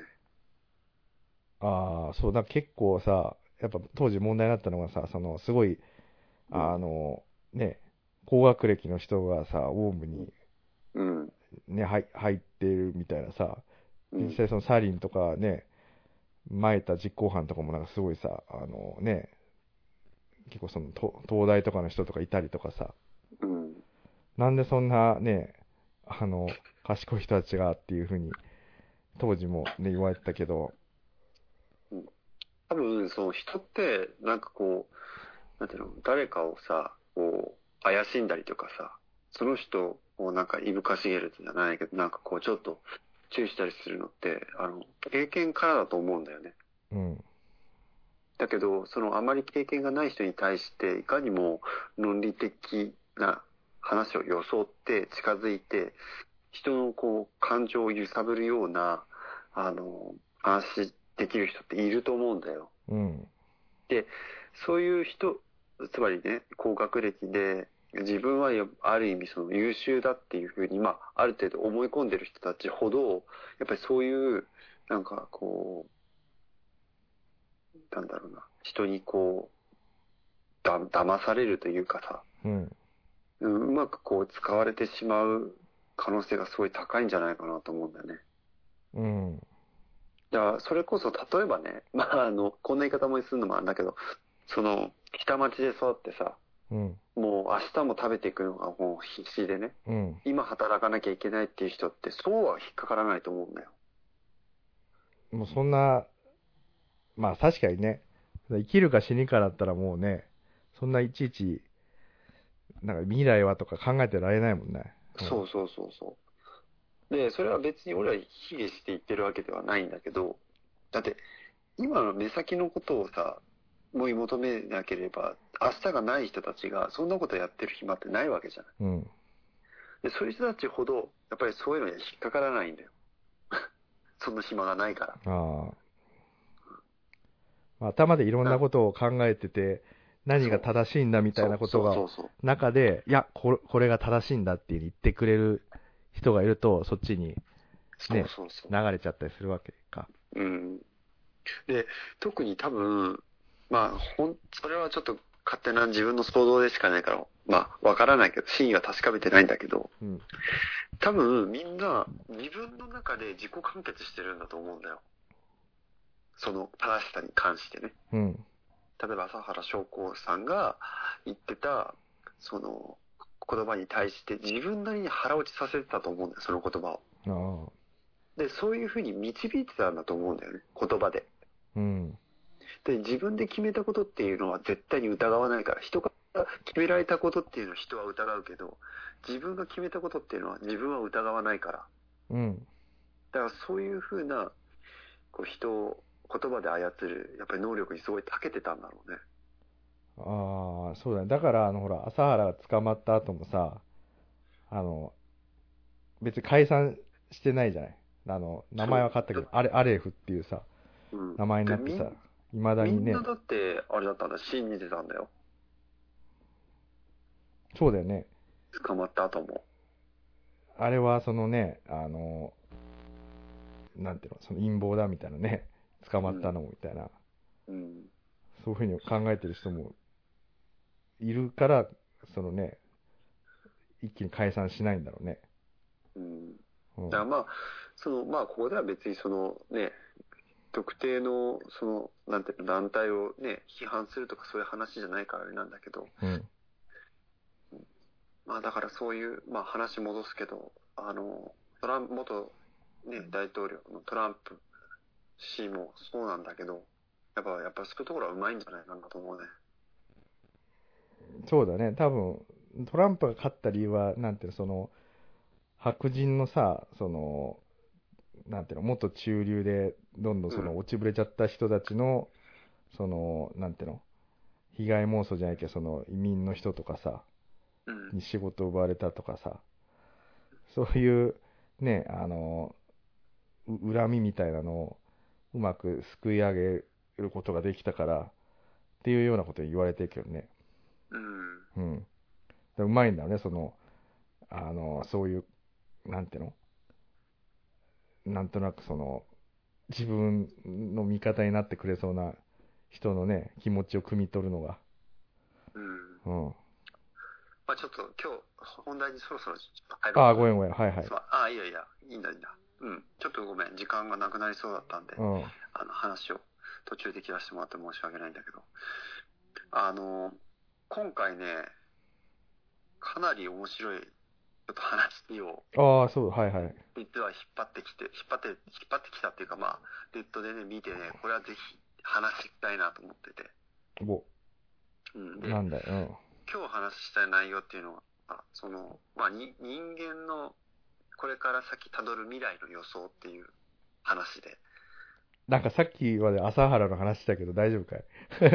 ああ、そう、だから結構さ、やっぱ当時問題になったのがさ、すごい、 うん。 ね、高学歴の人がさ、オウムにうん。 ね、入ってるみたいなさ、 うん。 実際サリンとかね、撒いた実行犯とかもなんかすごいさ、ね、結構東大とかの人とかいたりとかさ、 うん。 なんでそんなね、 賢い人たちがっていうふうに、当時もね、言われてたけど。 多分、その人って、なんかこう、なんていうの、誰かをさ、こう、怪しんだりとかさ、その人をなんかいぶかしげるじゃないけど、なんかこう、ちょっと注意したりするのって、経験からだと思うんだよね。 うん。 だけど、あまり経験がない人に対して、いかにも論理的な話を装って近づいて、人のこう、感情を揺さぶるような、話できる人っていると思うんだよ。 うん。 で、そういう人、つまりね、高学歴で、自分はある意味その優秀だっていうふうに、まあ、ある程度思い込んでる人たちほど、やっぱりそういう、なんかこう、なんだろうな、人にこう、騙されるというかさ、 うん。 うまくこう使われてしまう可能性がすごい高いんじゃないかなと思うんだよね。 うん。 じゃあ、それこそ例えばね、まあ、こんな言い方もするのもあるんだけど、下町で育ってさ、 うん。 もう明日も食べていくのがもう必死でね、 うん。 今働かなきゃいけないっていう人ってそうは引っかからないと思うんだよ。 もうそんな、まあ確かにね、生きるか死にかだったらもうね、そんないちいち、なんか未来はとか考えてられないもんね。 そうそうそうそう。で、それは別に俺は卑下して言ってるわけではないんだけど、だって今の目先のことをさ、追い求めなければ、明日がない人たちがそんなことやってる暇ってないわけじゃない。 うん。 で、そういう人たちほど、やっぱりそういうのには引っかからないんだよ。そんな暇がないから。 ああ。頭でいろんなことを考えてて、何が正しいんだみたいなことが中で、いや、これが正しいんだっていう言ってくれる人がいると、そっちにね、流れちゃったりするわけか。 うん。で、特に多分、まあ、それはちょっと勝手な自分の想像でしかないから、まあ、わからないけど、真意は確かめてないんだけど、 うん、 多分みんな自分の中で自己完結してるんだと思うんだよ。その正しさに関してね。 うん、 例えば朝原将子さんが言ってた、その言葉に対して自分なりに腹落ちさせてたと思うんだよ、その言葉を。で、そういうふうに導いてたんだと思うんだよね、言葉で。 うん。 で、自分で決めたことっていうのは絶対に疑わないから、人から決められたことっていうのは人は疑うけど、自分が決めたことっていうのは自分は疑わないから。 うん。 だからそういうふうな、こう人を言葉で操る、やっぱり能力にすごい長けてたんだろうね。 ああ、そうだね。だから、ほら、朝原が捕まった後もさ、別に解散してないじゃない。名前は変わったけど、アレフっていうさ、名前になってさ、未だにね。 みんなだって、あれだったんだ、信じてたんだよ。 そうだよね。 捕まった後も。 あれは、そのね、なんていうの、その陰謀だみたいなね、捕まったのもみたいな、そういうふうに考えてる人もいるから、そのね、一気に解散しないんだろうね。 だからまあ、まあ、ここでは別にね、特定の、なんていうの、団体をね、批判するとかそういう話じゃないからあれなんだけど、まあだからそういう、まあ話戻すけど、元ね、大統領のトランプ氏もそうなんだけど、やっぱそういうところはうまいんじゃないかなと思うね。 そうだね。多分、トランプが勝った理由は、なんていうの、白人のさ、なんていうの、元中流で、どんどん落ちぶれちゃった人たちの、なんていうの、被害妄想じゃないけど、移民の人とかさ、に仕事を奪われたとかさ、そういう、ね、恨みみたいなのをうまくすくい上げることができたからっていうようなことを言われてるけどね。うん。うまいんだよね、そういう、なんていうの、なんとなく自分の味方になってくれそうな人のね、気持ちを汲み取るのが。 まあちょっと今日、本題にそろそろ入ろう。ああ、ごめん。はいはい。 いいいんだ。ちょっとごめん、時間がなくなりそうだったんで、話を途中で切らせてもらって申し訳ないんだけど、今回ね、かなり面白いちょっと話を、 ああ、そう、はいはい。 実は引っ張ってきたっていうか、まあ、ネットでね、見てね、これはぜひ話したいなと思ってて。で、 なんだよ、 今日話したい内容っていうのは、まあ、人間のこれから先たどる未来の予想っていう話で。 なんかさっきまで朝原の話だけど大丈夫かい？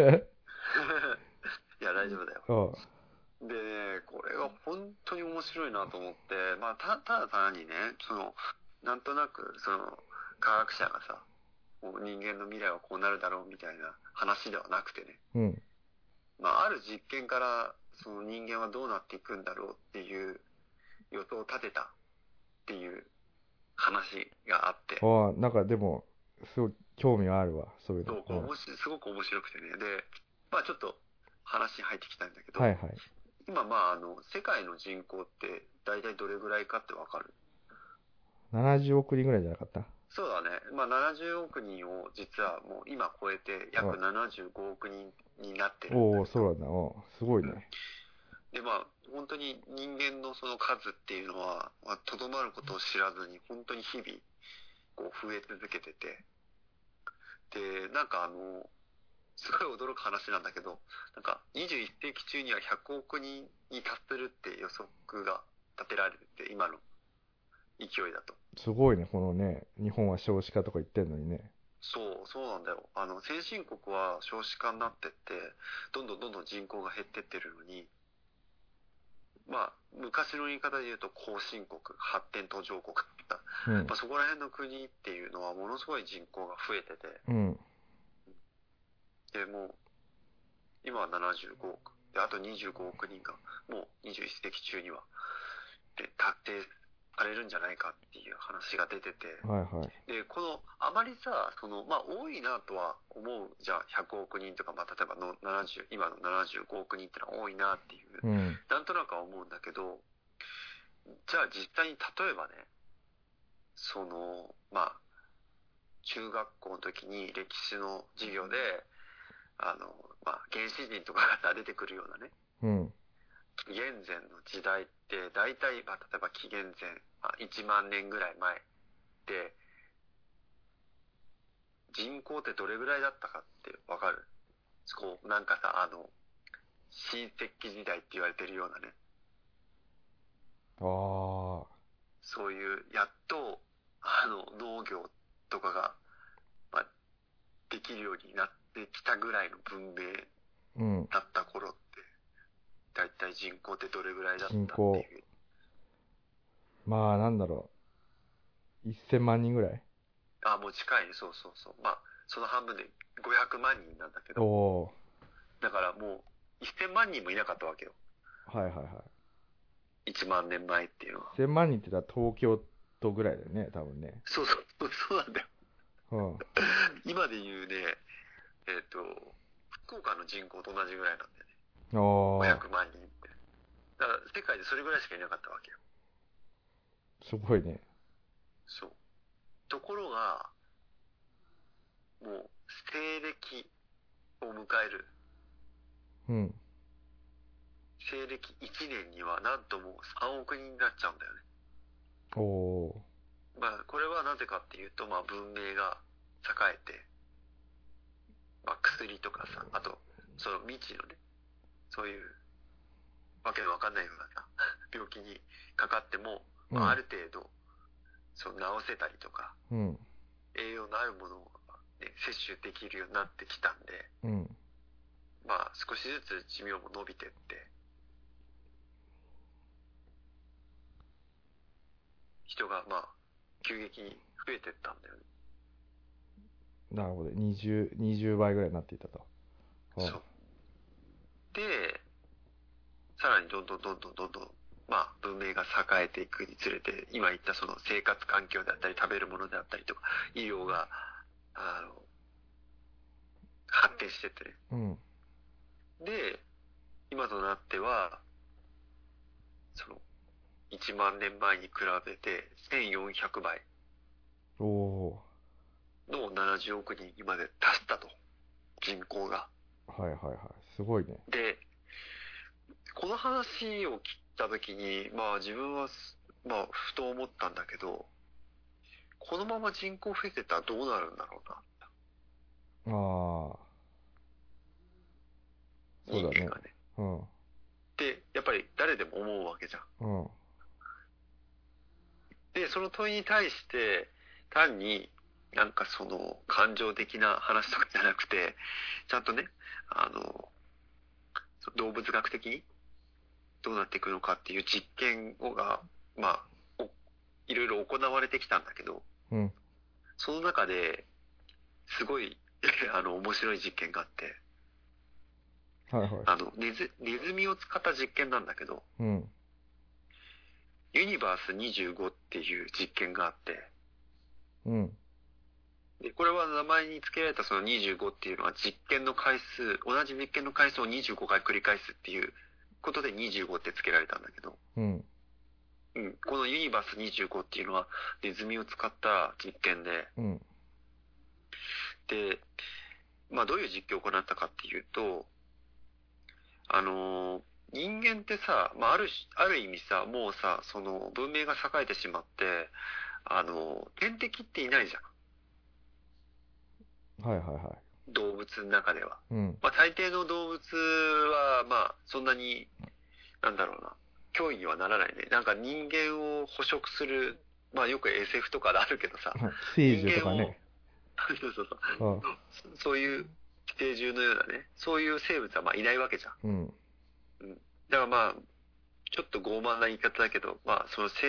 いや、大丈夫だよ。でね、これが本当に面白いなと思って、まあ、ただ単にね、なんとなく、科学者がさ、もう人間の未来はこうなるだろうみたいな話ではなくてね。まあ、ある実験から、人間はどうなっていくんだろうっていう予想を立てたっていう話があって。 なんかでも、すごい興味はあるわ、そういうの。 すごく面白くてね。で、まあちょっと話に入ってきたんだけど、 はいはい。 今まあ世界の人口って大体どれぐらいかってわかる ？70億人ぐらいじゃなかった？ そうだね。まあ70億人を実はもう今超えて約75億人になってるんだけど。 そうなんだ。すごいね。 でまあ本当に人間のその数っていうのは、とどまることを知らずに本当に日々こう増え続けてて。で、なんかすごい驚く話なんだけど、なんか21世紀中には100億人に達するって予測が立てられてて、今の勢いだと。 すごいね、このね、日本は少子化とか言ってんのにね。 そうなんだよ。先進国は少子化になってって、どんどん人口が減ってってるのに、まあ、昔の言い方で言うと後進国、発展途上国だった。まあ、そこら辺の国っていうのはものすごい人口が増えてて、で、もう、今は75億。で、あと25億人が、もう21世紀中には、達成されるんじゃないかっていう話が出てて。で、あまりさ、まあ、多いなとは思うじゃん。100億人とか、まあ、例えば今の75億人ってのは多いなっていう、なんとなくは思うんだけど、じゃあ実際に例えばね、まあ、中学校の時に歴史の授業で、まあ、原始人とかが出てくるようなね、紀元前の時代って、大体、まあ、例えば紀元前、1万年ぐらい前で、人口ってどれぐらいだったかってわかる？なんかさ、新石器時代って言われてるようなね。そういう、やっと、農業とかが、まあ、できるようになってきたぐらいの文明だった頃って、だいたい人口ってどれぐらいだったっていう。 まあ、なんだろう。1000万人ぐらい？ もう近いね。そう。まあ、その半分で500万人なんだけど。だからもう、1000万人もいなかったわけよ。1万年前っていうのは。 1000万人って言ったら東京都ぐらいだよね、多分ね。 そうなんだよ。今で言うね、福岡の人口と同じぐらいなんだよね。500万人って。だから世界でそれぐらいしかいなかったわけよ。 すごいね。 そう。ところが、もう、西暦を迎える。西暦1年にはなんともう3億人になっちゃうんだよね。まあ、これはなぜかっていうと、まあ、文明が栄えて、まあ、薬とかさ、あと、その未知のね、そういう、わけのわかんないようなさ、病気にかかっても、まあ、ある程度、治せたりとか、栄養のあるものを、ね、摂取できるようになってきたんで、まあ、少しずつ寿命も伸びてって、人が、まあ、急激に増えてったんだよね。 なるほど。20倍ぐらいになっていたと。 そう。で、さらにどんどん、まあ、文明が栄えていくにつれて、今言ったその生活環境であったり、食べるものであったりとか、医療が、発展してってね。で、今となっては、1万年前に比べて1400倍の70億人にまで達したと。人口が。 すごいね。 で、この話を聞た時に、まあ自分は、まあふと思ったんだけど、このまま人口増えてたらどうなるんだろうな。 ああ。そうだね。 人間がね。 うん。 で、やっぱり誰でも思うわけじゃん。 うん。 で、その問いに対して、単になんかその感情的な話とかじゃなくて、ちゃんとね、動物学的にどうなっていくのかっていう実験が、まあ、いろいろ行われてきたんだけど、 うん。 その中ですごい面白い実験があって、 はいはい。 ネズミを使った実験なんだけど、 うん。 ユニバース25っていう実験があって、 うん。 で、これは名前に付けられたその25っていうのは実験の回数、同じ実験の回数を25回繰り返すっていうことで25って付けられたんだけど、 うん。 うん、このユニバース25っていうのはネズミを使った実験で、 うん。 で、まあどういう実験を行ったかっていうと、人間ってさ、まあある意味さ、もうさ、その文明が栄えてしまって、天敵っていないじゃん。 はいはいはい。 動物の中では。 うん。 まあ大抵の動物は、まあそんなに、なんだろうな、脅威にはならないね。なんか人間を捕食する、まあよく SF とかであるけどさ、 寄生人間を、 獣とかね。 そうそううん。 そう、そういう寄生獣のようなね、そういう生物はまあいないわけじゃん。 うん。 うん。だからまあ、ちょっと傲慢な言い方だけど、まあその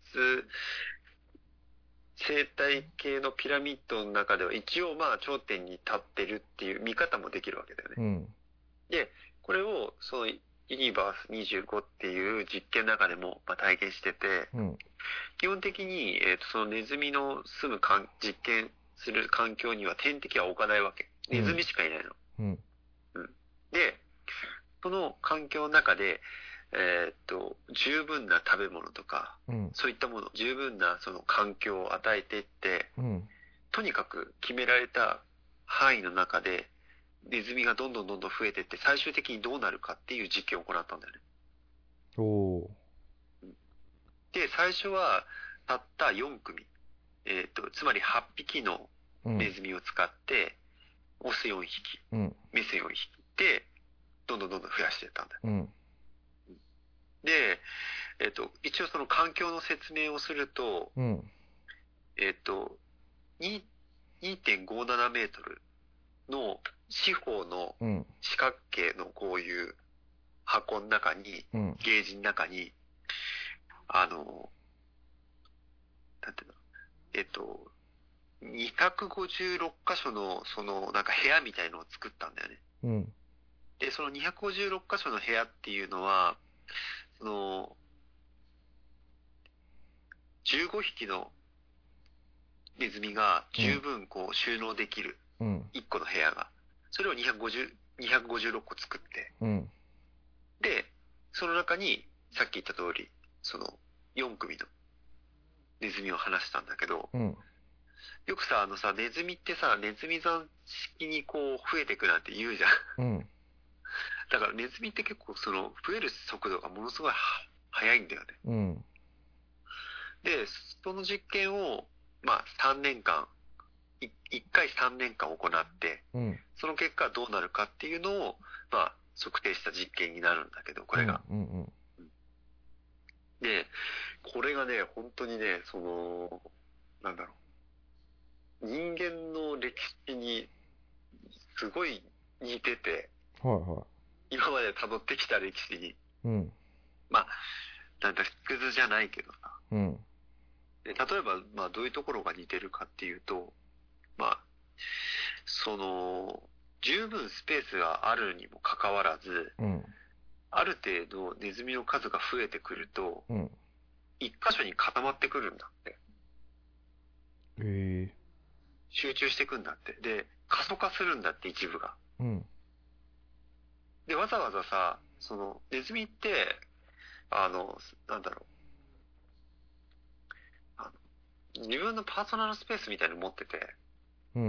生態系のピラミッドの中では一応まあ頂点に立ってるっていう見方もできるわけだよね。 うん。 で、これをそのユニバース25っていう実験の中でもまあ体験してて、 うん。 基本的に、そのネズミの住む実験する環境には天敵は置かないわけ。ネズミしかいないの。 うん。 うん。で、その環境の中で、十分な食べ物とか、 うん。 そういったもの、十分なその環境を与えていって、 うん。 とにかく決められた範囲の中で、ネズミがどんどんどんどん増えていって、最終的にどうなるかっていう実験を行ったんだよね。 おー。 で、最初は、たった4組。つまり8匹のネズミを使って、オス4匹、 うん。 メス4匹で、どんどんどんどん増やしていったんだよ。 うん。 で、一応その環境の説明をすると、 うん。 2.57 メートルの四方の四角形のこういう箱の中に、 うん。 ゲージの中に、なんていうの、256箇所の、その、なんか部屋みたいのを作ったんだよね。 うん。 で、その256箇所の部屋っていうのは、その、15匹のネズミが十分こう収納できる1個の部屋が、それを256個作って、 うん。 で、その中に、さっき言った通り、その4組のネズミを話したんだけど、 うん。 よくさ、ネズミってさ、ネズミ山式にこう増えていくなんて言うじゃん。 うん。 だからネズミって結構その増える速度がものすごい速いんだよね。 うん。 で、その実験を、まあ3年間、1回3年間行って、 うん。 その結果どうなるかっていうのを、まあ測定した実験になるんだけど、これが。 うん。うん。 で、これがね、本当にね、その、なんだろう。人間の歴史にすごい似てて、 はいはい。 今まで辿ってきた歴史に。 うん。 まあ、なんだ、縮図じゃないけどさ。 うん。 で、例えば、まあ、どういうところが似てるかっていうと、まあ、その、十分スペースがあるにもかかわらず、 うん。 ある程度ネズミの数が増えてくると、 うん。 一箇所に固まってくるんだって。 へえ。 集中してくんだって。で、過疎化するんだって一部が。 うん。 で、わざわざさ、その、ネズミって、なんだろう。自分のパーソナルスペースみたいに持ってて、 うん。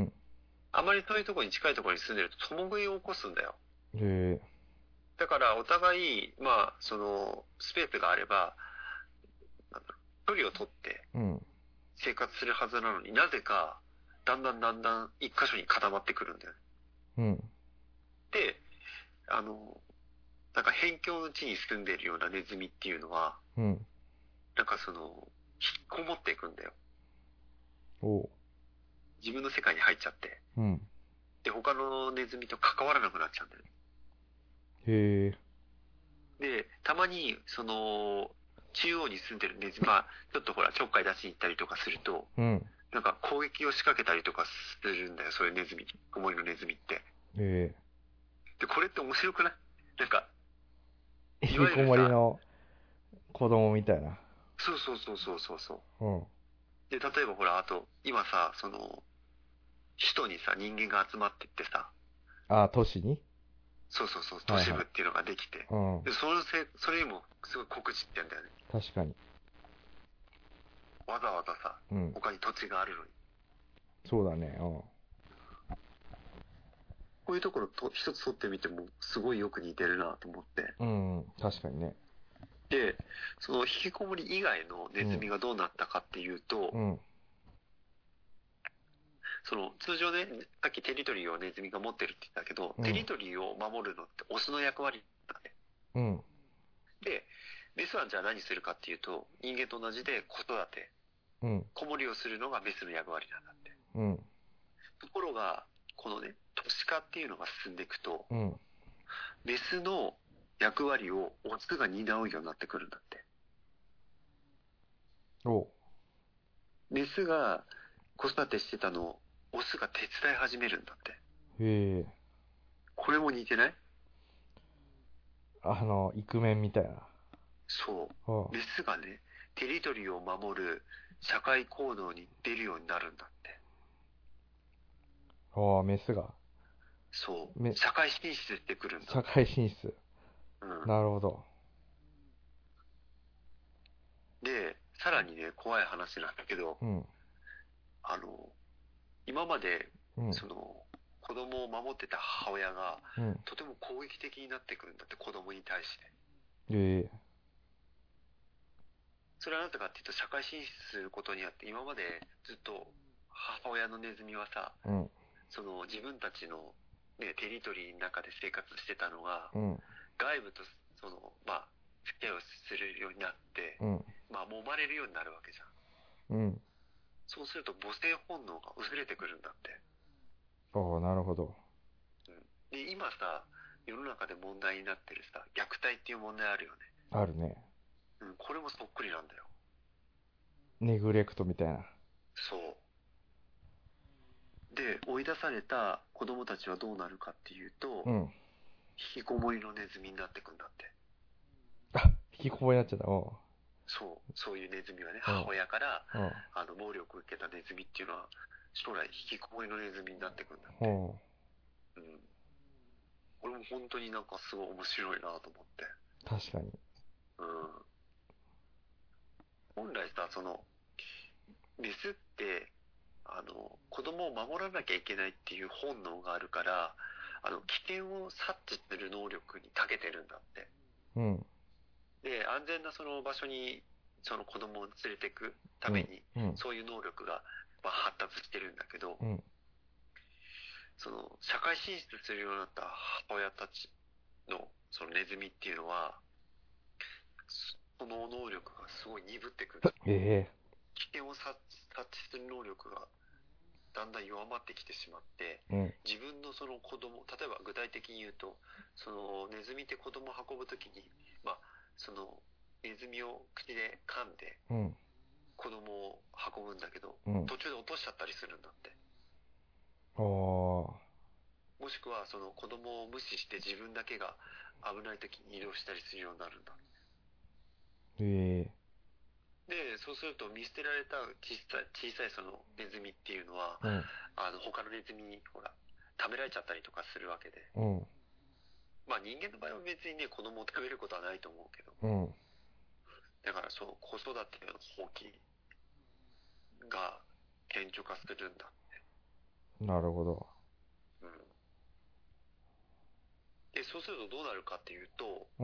あまり遠いところに近いところに住んでると共食いを起こすんだよ。 へえ。 だからお互い、まあ、その、スペースがあれば、距離を取って生活するはずなのに、なぜか、だんだん一箇所に固まってくるんだよね。で、なんか辺境の地に住んでいるようなネズミっていうのは、なんかその、引っこもっていくんだよ。自分の世界に入っちゃって。で、他のネズミと関わらなくなっちゃうんだよね。 へで、たまに、その、中央に住んでるネズミが、ちょっとほら、ちょっかい出しに行ったりとかすると、なんか攻撃を仕掛けたりとかするんだよ、そういうネズミ、思いのネズミって。で、これって面白くない？なんか、 引きこもりの子供みたいな。 そう。で、例えばほら、あと、今さ、その、首都にさ、人間が集まってってさ。 都市に？ そう、都市部っていうのができて。で、それにもすごい酷似ってんだよね。 確かに。 わざわざさ、他に土地があるのに。 そうだね。 こういうところ一つ取ってみても、すごいよく似てるなと思って。 確かにね。 で、その引きこもり以外のネズミがどうなったかっていうと、その通常ね、さっきテリトリーをネズミが持ってるって言ったけど、テリトリーを守るのってオスの役割だね。で、メスはじゃあ何するかっていうと、人間と同じで子育て、子守りをするのがメスの役割なんだって。ところが、このね、都市化っていうのが進んでいくと、メスの役割をオスが担うようになってくるんだって。メスが子育てしてたのをオスが手伝い始めるんだって。これも似てない？ イクメンみたいな。 そう。メスがね、テリトリーを守る社会行動に出るようになるんだって。 メスが。 そう。社会進出してくるんだ。 社会進出。なるほど。 で、さらにね、怖い話なんだけど、今まで、その、子供を守ってた母親が、とても攻撃的になってくるんだって、子供に対して。それはなぜかっていうと、社会進出することによって、今までずっと母親のネズミはさ、その自分たちの、ね、テリトリーの中で生活してたのが、外部とその、まあ、付き合いをするようになって、まあ、揉まれるようになるわけじゃん。そうすると母性本能が薄れてくるんだって。 なるほど。 で、今さ、世の中で問題になってるさ、虐待っていう問題あるよね。 あるね。 これもそっくりなんだよ。 ネグレクトみたいな。 そう。で、追い出された子供たちはどうなるかっていうと、引きこもりのネズミになってくんだって。 引きこもりになっちゃった。 そういうネズミはね、母親から、暴力を受けたネズミっていうのは、将来引きこもりのネズミになってくんだって。これも本当になんかすごい面白いなと思って。 確かに。 本来さ、その、メスって、子供を守らなきゃいけないっていう本能があるから、危険を察知する能力に長けてるんだって。で、安全なその場所に、その子供を連れていくために、そういう能力が、まあ、発達してるんだけど、その、社会進出するようになった母親たちの、そのネズミっていうのは、その能力がすごい鈍ってくる。危険を察知する能力がだんだん弱まってきてしまって、自分のその子供、例えば具体的に言うと、そのネズミって子供を運ぶときに、まあ、そのネズミを口で噛んで、子供を運ぶんだけど、途中で落としちゃったりするんだって。もしくはその子供を無視して自分だけが危ないときに移動したりするようになるんだ。で、そうすると見捨てられた小さいそのネズミっていうのは、他のネズミにほら、食べられちゃったりとかするわけで。まあ人間の場合は別にね、子供を食べることはないと思うけど。だからそう、子育ての放棄が顕著化するんだって。 なるほど。 で、そうするとどうなるかっていうと、 うん。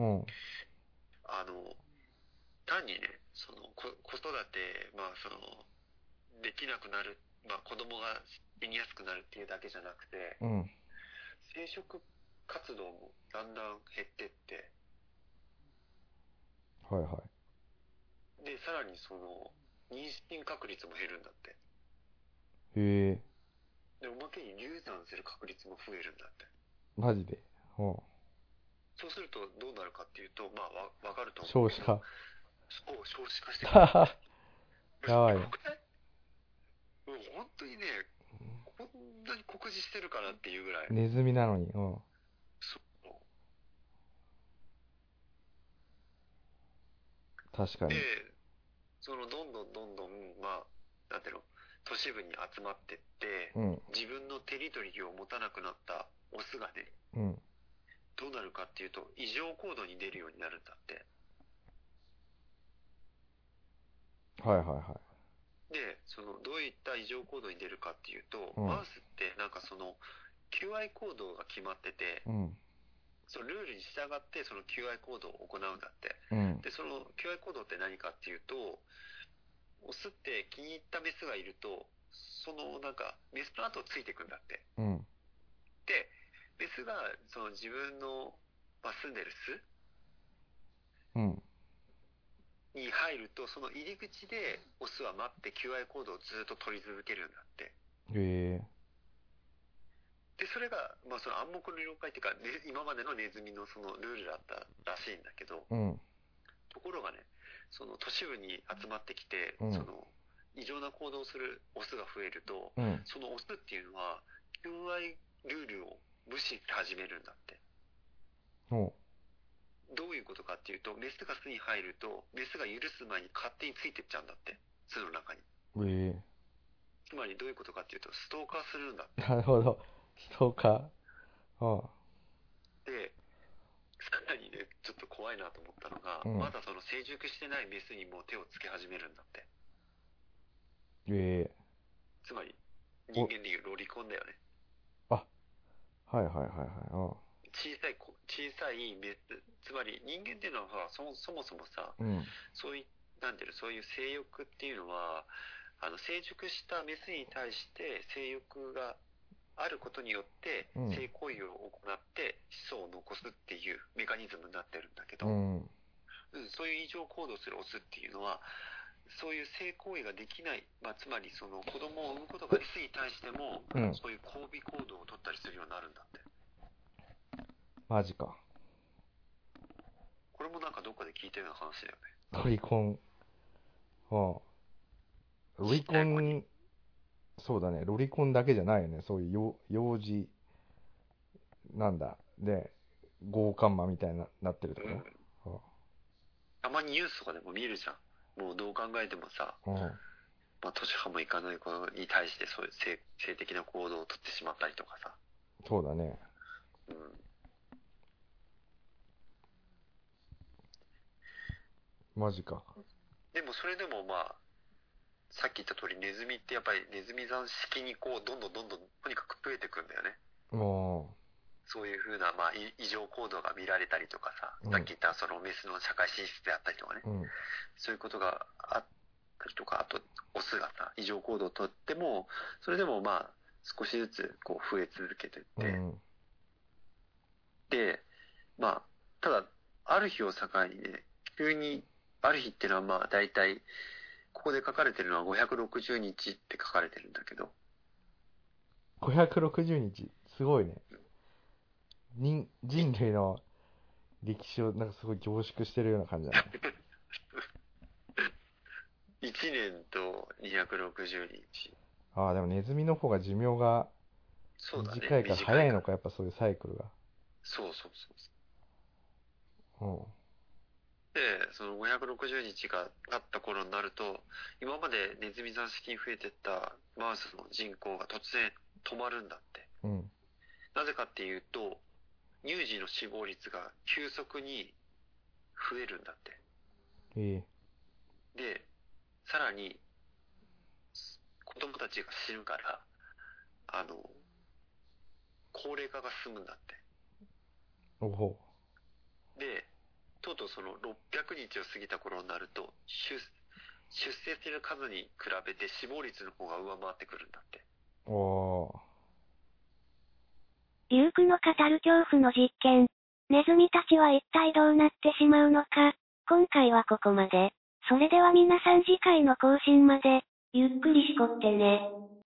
単にね、子育て、できなくなる、子供が死にやすくなるっていうだけじゃなくて、 うん。 生殖活動もだんだん減ってって、 はいはい。 で、さらに妊娠確率も減るんだって。 へえ。 で、おまけに流産する確率も増えるんだって。 マジで。うん。 そうするとどうなるかっていうと、わかると思うけど、 少子化。 そう、少子化してくるんだって。 やばい。 すごくない？もう本当にね、こんなに酷似してるかなっていうぐらい。 ネズミなのに。うん。 そう。で、 確かに。 どんどんどんどん、なんていうの、都市部に集まってって、 うん。 自分のテリトリーを持たなくなったオスがね、 うん。 どうなるかっていうと、異常行動に出るようになるんだって。 はいはいはで、どういった異常行動に出るかっていうと、 い。うん。 マウスって求愛行動が決まってて、 うん。 そのルールに従ってその求愛行動を行うんだって。 うん。 で、その求愛行動って何かっていうと、オスって気に入ったメスがいると、メスの後をついていくんだって。 うん。 で、メスが自分の、住んでる巣うん。 に入ると、その入り口でオスは待って求愛行動をずっと取り続けるんだって。 へえ。 で、それが、その暗黙の了解っていうか、ね、今までのネズミのそのルールだったらしいんだけど、 うん。 ところがね、都市部に集まってきて、 うん。 異常な行動をするオスが増えると、 うん。 そのオスっていうのは、求愛ルールを無視して始めるんだって。 おう。 どういうことかっていうと、メスが巣に入ると、メスが許す前に勝手についてっちゃうんだって。巣の中に。 ええ。 つまりどういうことかっていうと、ストーカーするんだって。 なるほど。ストーカー。 で、さらにね、ちょっと怖いなと思ったのが、 うん。 まだ成熟してないメスにも手をつけ始めるんだって。 ええ。 つまり、人間でいうロリコンだよね。 あ、はいはいはいはい。 小さいメス、つまり人間っていうのはそもそもさ、 うん。 そういう、そういう性欲っていうのは、成熟したメスに対して性欲があることによってうん。 性行為を行って子孫を残すっていうメカニズムになってるんだけど、 うん。 そういう異常行動するオスっていうのは、そういう性行為ができない、つまり子供を産むことがメスに対しても、 うん。 そういう交尾行動を取ったりするようになるんだって。 マジか。 これもなんかどっかで聞いたような話だよね。 ロリコン。ああ。ロリコン、そうだね。ロリコンだけじゃないよね。そういう幼児、なんだ。で、強姦魔みたいな、なってるところ。 たまにニュースとかでも見るじゃん。もうどう考えてもさ、 うん。 年派もいかない子に対してそういう性的な行動をとってしまったりとかさ。 そうだね。 うん。 マジか。 でもそれでもさっき言った通りネズミってやっぱりネズミ算式にどんどんどんどんとにかく増えてくんだよね。 もそういう風な、異常行動が見られたりとかさ、 うん、 さっき言ったそのメスの社会進出であったりとかね、 うん、 そういうことがあったりとか、あと、オスがさ、異常行動をとっても、それでも少しずつ増え続けてって、 うん、 で、ただ、ある日を境にね、急に、ある日っていうのは大体、ここで書かれてるのは560日って書かれてるんだけど。 560日。すごいね。人類の歴史をなんかすごい凝縮してるような感じだね。 1年と260日。 ああ、でもネズミの方が寿命が短いから早いのか、やっぱそういうサイクルが。 そうそうそう。うん。 で、その560日が経った頃になると、今までネズミ座式に増えてったマウスの人口が突然止まるんだって。 うん。 なぜかっていうと、乳児の死亡率が急速に増えるんだって。で、さらに、子供たちが死ぬから、高齢化が進むんだって。 おほで、とうとうその600日を過ぎた頃になると、出生する数に比べて死亡率の方が上回ってくるんだって。 おー。 リュークの語る恐怖の実験。ネズミたちは一体どうなってしまうのか。今回はここまで。それでは皆さん次回の更新まで、ゆっくりしこってね。